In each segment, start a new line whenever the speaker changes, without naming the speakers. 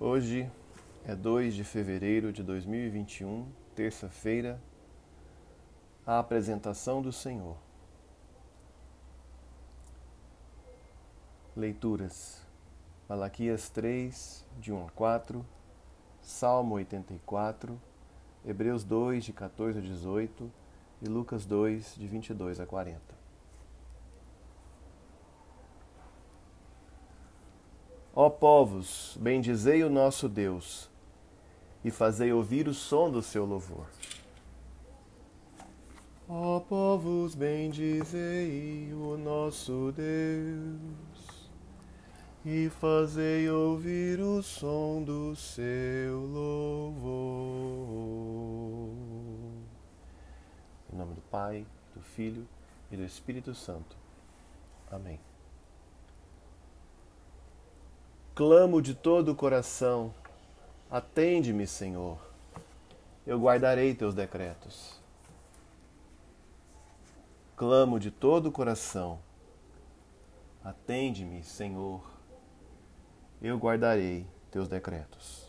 Hoje é 2 de fevereiro de 2021, terça-feira, a apresentação do Senhor. Leituras: Malaquias 3, de 1 a 4, Salmo 84, Hebreus 2, de 14 a 18 e Lucas 2, de 22 a 40. Ó povos, bendizei o nosso Deus, e fazei ouvir o som do seu louvor. Ó povos, bendizei o nosso Deus, e fazei ouvir o som do seu louvor. Em nome do Pai, do Filho e do Espírito Santo. Amém. Clamo de todo o coração, atende-me, Senhor, eu guardarei teus decretos. Clamo de todo o coração, atende-me, Senhor, eu guardarei teus decretos.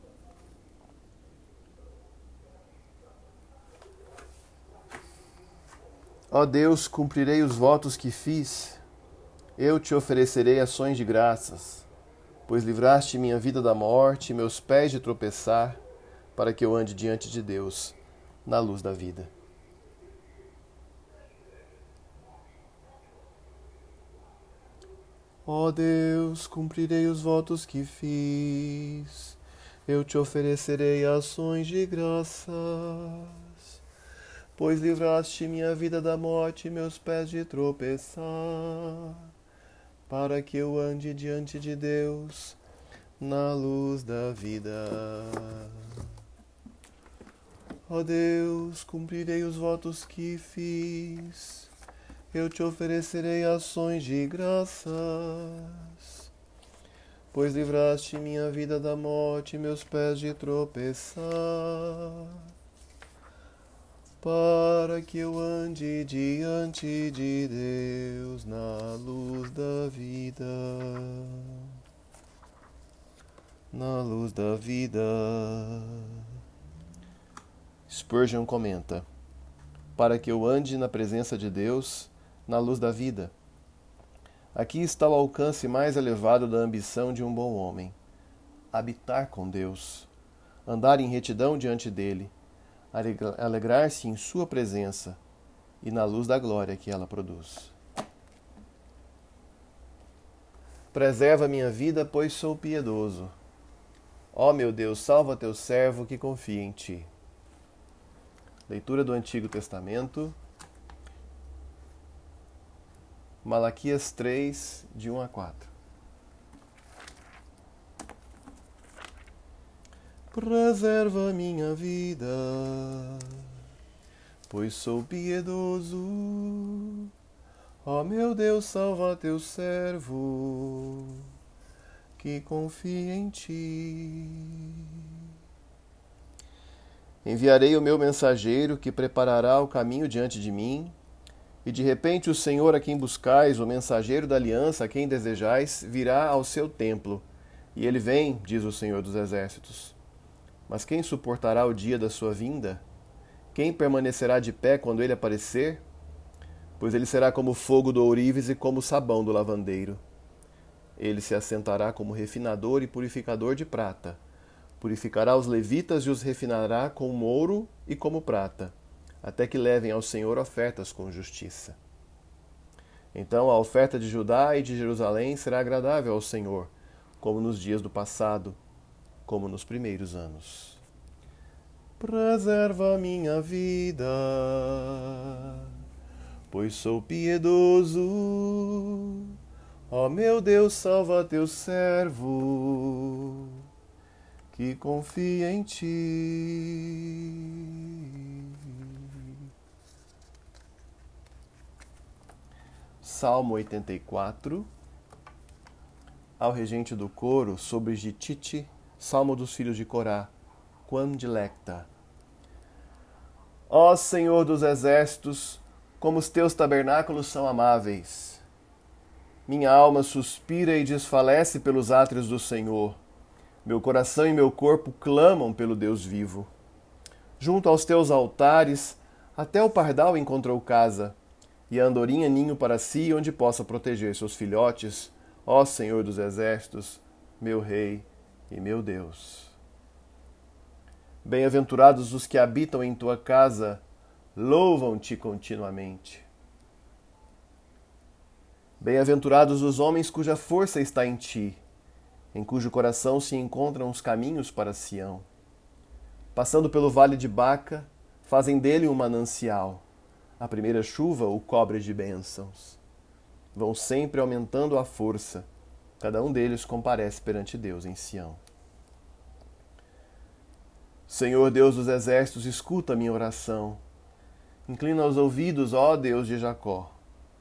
Ó Deus, cumprirei os votos que fiz, eu te oferecerei ações de graças, pois livraste minha vida da morte e meus pés de tropeçar, para que eu ande diante de Deus, na luz da vida. Ó Deus, cumprirei os votos que fiz, eu te oferecerei ações de graças, pois livraste minha vida da morte e meus pés de tropeçar, para que eu ande diante de Deus, na luz da vida. Ó Deus, cumprirei os votos que fiz, eu te oferecerei ações de graças, pois livraste minha vida da morte e meus pés de tropeçar, para que eu ande diante de Deus na luz da vida. Na luz da vida. Spurgeon comenta: para que eu ande na presença de Deus na luz da vida. Aqui está o alcance mais elevado da ambição de um bom homem: habitar com Deus, andar em retidão diante dele, alegrar-se em sua presença e na luz da glória que ela produz. Preserva minha vida, pois sou piedoso. Ó meu Deus, salva teu servo que confia em ti. Leitura do Antigo Testamento, Malaquias 3, de 1 a 4. Preserva minha vida, pois sou piedoso. Ó meu Deus, salva teu servo, que confia em ti. Enviarei o meu mensageiro, que preparará o caminho diante de mim, e de repente o Senhor a quem buscais, o mensageiro da aliança a quem desejais, virá ao seu templo. E ele vem, diz o Senhor dos Exércitos. Mas quem suportará o dia da sua vinda? Quem permanecerá de pé quando ele aparecer? Pois ele será como fogo do ourives e como sabão do lavandeiro. Ele se assentará como refinador e purificador de prata. Purificará os levitas e os refinará como ouro e como prata, até que levem ao Senhor ofertas com justiça. Então a oferta de Judá e de Jerusalém será agradável ao Senhor, como nos dias do passado, como nos primeiros anos. Preserva minha vida, pois sou piedoso. Ó meu Deus, salva teu servo, que confia em ti. Salmo 84. Ao regente do coro, sobre Gitite, Salmo dos filhos de Corá, quam dilecta. Ó Senhor dos exércitos, como os teus tabernáculos são amáveis. Minha alma suspira e desfalece pelos átrios do Senhor, Meu coração e meu corpo clamam pelo Deus vivo. Junto aos teus altares, até o pardal encontrou casa, e a andorinha ninho para si, onde possa proteger seus filhotes, ó Senhor dos exércitos, meu Rei e meu Deus. Bem-aventurados os que habitam em tua casa, louvam-te continuamente. Bem-aventurados os homens cuja força está em ti, em cujo coração se encontram os caminhos para Sião. Passando pelo vale de Baca, fazem dele um manancial. A primeira chuva o cobre de bênçãos. Vão sempre aumentando a força. Cada um deles comparece perante Deus em Sião. Senhor Deus dos exércitos, escuta a minha oração. Inclina os ouvidos, ó Deus de Jacó.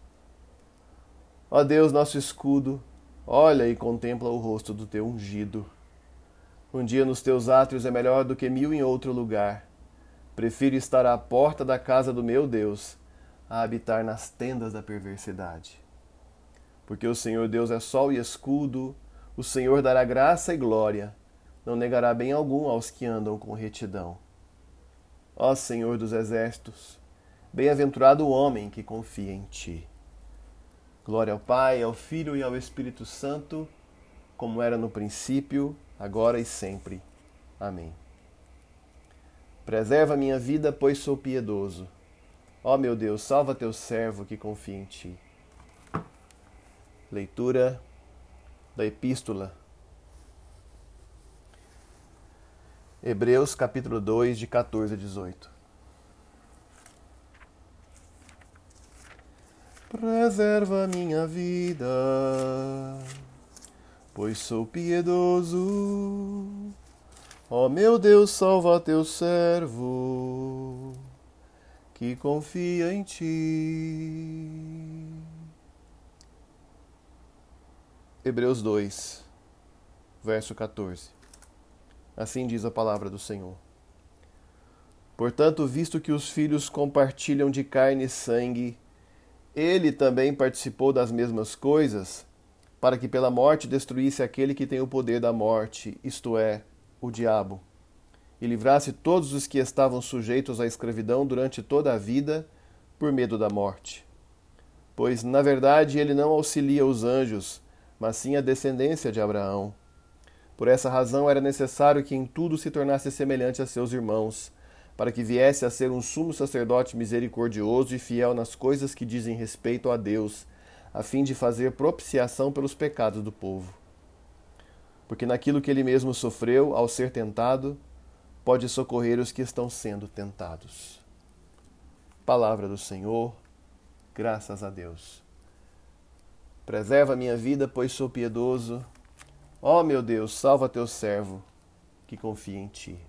Ó Deus, nosso escudo, olha e contempla o rosto do teu ungido. Um dia nos teus átrios é melhor do que 1000 em outro lugar. Prefiro estar à porta da casa do meu Deus a habitar nas tendas da perversidade. Porque o Senhor Deus é sol e escudo, o Senhor dará graça e glória, não negará bem algum aos que andam com retidão. Ó Senhor dos exércitos, bem-aventurado o homem que confia em ti. Glória ao Pai, ao Filho e ao Espírito Santo, como era no princípio, agora e sempre. Amém. Preserva a minha vida, pois sou piedoso. Ó meu Deus, salva teu servo que confia em ti. Leitura da Epístola. Hebreus, capítulo 2, de 14 a 18. Preserva a minha vida, pois sou piedoso. Ó meu Deus, salva teu servo, que confia em ti. Hebreus 2, verso 14. Assim diz a palavra do Senhor. Portanto, visto que os filhos compartilham de carne e sangue, ele também participou das mesmas coisas, para que pela morte destruísse aquele que tem o poder da morte, isto é, o diabo, e livrasse todos os que estavam sujeitos à escravidão durante toda a vida, por medo da morte. Pois, na verdade, ele não auxilia os anjos, mas sim a descendência de Abraão. Por essa razão era necessário que em tudo se tornasse semelhante a seus irmãos, para que viesse a ser um sumo sacerdote misericordioso e fiel nas coisas que dizem respeito a Deus, a fim de fazer propiciação pelos pecados do povo. Porque naquilo que ele mesmo sofreu, ao ser tentado, pode socorrer os que estão sendo tentados. Palavra do Senhor, graças a Deus. Preserva a minha vida, pois sou piedoso. Ó meu Deus, salva teu servo, que confia em ti.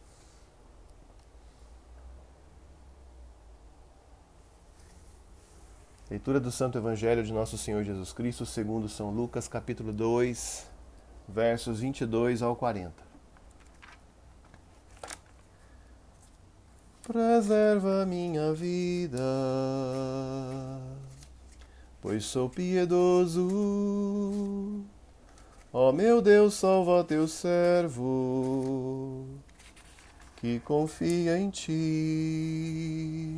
Leitura do Santo Evangelho de Nosso Senhor Jesus Cristo, segundo São Lucas, capítulo 2, versos 22 ao 40. Preserva a minha vida, pois sou piedoso. Ó meu Deus, salva teu servo, que confia em ti.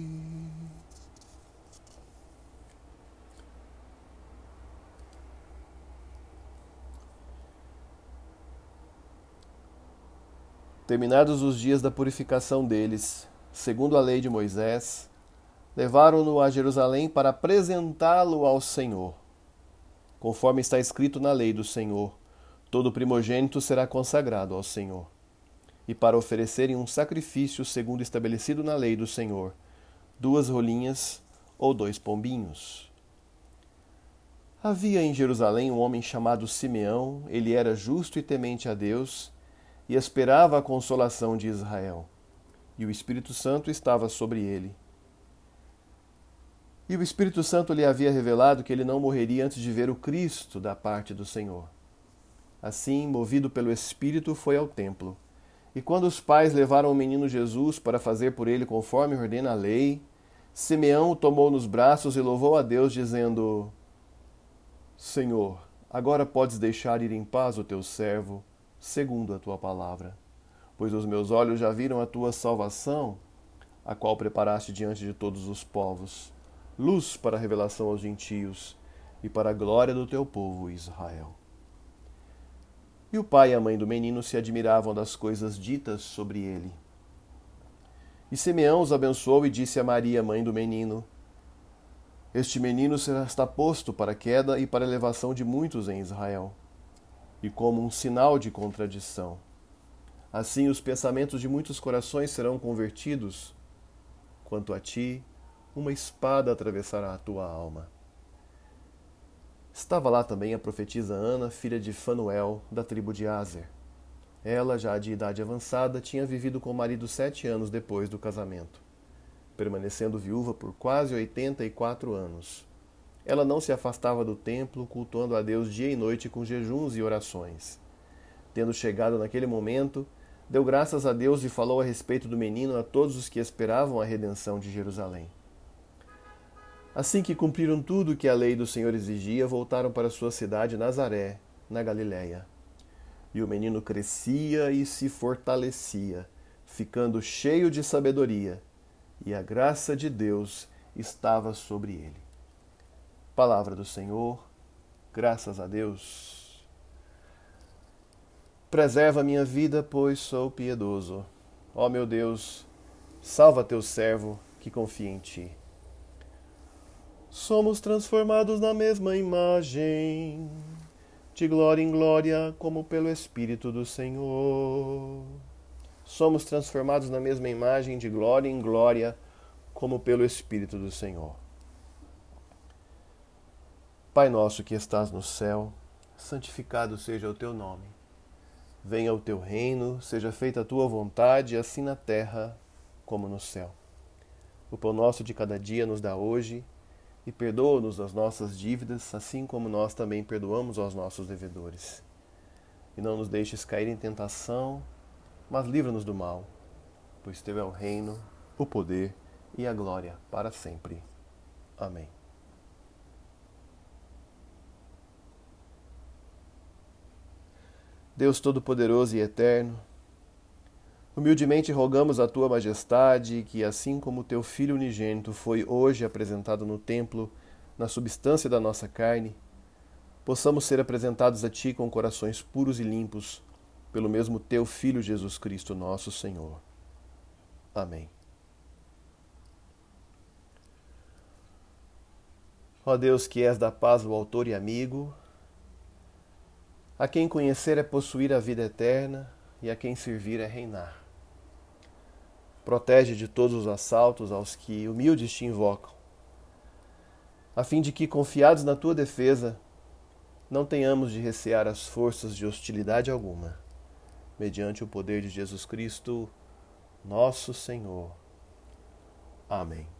Terminados os dias da purificação deles, segundo a lei de Moisés, levaram-no a Jerusalém para apresentá-lo ao Senhor. Conforme está escrito na lei do Senhor, todo primogênito será consagrado ao Senhor. E para oferecerem um sacrifício segundo estabelecido na lei do Senhor, 2 rolinhas ou 2 pombinhos. Havia em Jerusalém um homem chamado Simeão, ele era justo e temente a Deus, e esperava a consolação de Israel, e o Espírito Santo estava sobre ele. E o Espírito Santo lhe havia revelado que ele não morreria antes de ver o Cristo da parte do Senhor. Assim, movido pelo Espírito, foi ao templo. E quando os pais levaram o menino Jesus para fazer por ele conforme ordena a lei, Simeão o tomou nos braços e louvou a Deus, dizendo: Senhor, agora podes deixar ir em paz o teu servo, segundo a tua palavra. Pois os meus olhos já viram a tua salvação, a qual preparaste diante de todos os povos, luz para a revelação aos gentios e para a glória do teu povo Israel. E o pai e a mãe do menino se admiravam das coisas ditas sobre ele. E Simeão os abençoou e disse a Maria, mãe do menino: Este menino está posto para a queda e para a elevação de muitos em Israel, e como um sinal de contradição. Assim os pensamentos de muitos corações serão convertidos. Quanto a ti, uma espada atravessará a tua alma. Estava lá também a profetisa Ana, filha de Fanuel, da tribo de Aser. Ela, já de idade avançada, tinha vivido com o marido 7 anos depois do casamento, permanecendo viúva por quase 84 anos. Ela não se afastava do templo, cultuando a Deus dia e noite com jejuns e orações. Tendo chegado naquele momento, deu graças a Deus e falou a respeito do menino a todos os que esperavam a redenção de Jerusalém. Assim que cumpriram tudo o que a lei do Senhor exigia, voltaram para sua cidade Nazaré, na Galiléia. E o menino crescia e se fortalecia, ficando cheio de sabedoria, e a graça de Deus estava sobre ele. Palavra do Senhor, graças a Deus. Preserva a minha vida, pois sou piedoso. Ó meu Deus, salva teu servo que confia em ti. Somos transformados na mesma imagem, de glória em glória, como pelo Espírito do Senhor. Somos transformados na mesma imagem, de glória em glória, como pelo Espírito do Senhor. Pai nosso que estás no céu, santificado seja o teu nome. Venha o teu reino, seja feita a tua vontade, assim na terra como no céu. O pão nosso de cada dia nos dá hoje, e perdoa-nos as nossas dívidas, assim como nós também perdoamos aos nossos devedores. E não nos deixes cair em tentação, mas livra-nos do mal, pois teu é o reino, o poder e a glória para sempre. Amém. Deus Todo-Poderoso e Eterno, humildemente rogamos a Tua Majestade que, assim como Teu Filho unigênito foi hoje apresentado no templo, na substância da nossa carne, possamos ser apresentados a Ti com corações puros e limpos, pelo mesmo Teu Filho Jesus Cristo, nosso Senhor. Amém. Ó Deus, que és da paz o autor e amigo, a quem conhecer é possuir a vida eterna e a quem servir é reinar. Protege de todos os assaltos aos que humildes te invocam, a fim de que, confiados na tua defesa, não tenhamos de recear as forças de hostilidade alguma, mediante o poder de Jesus Cristo, nosso Senhor. Amém.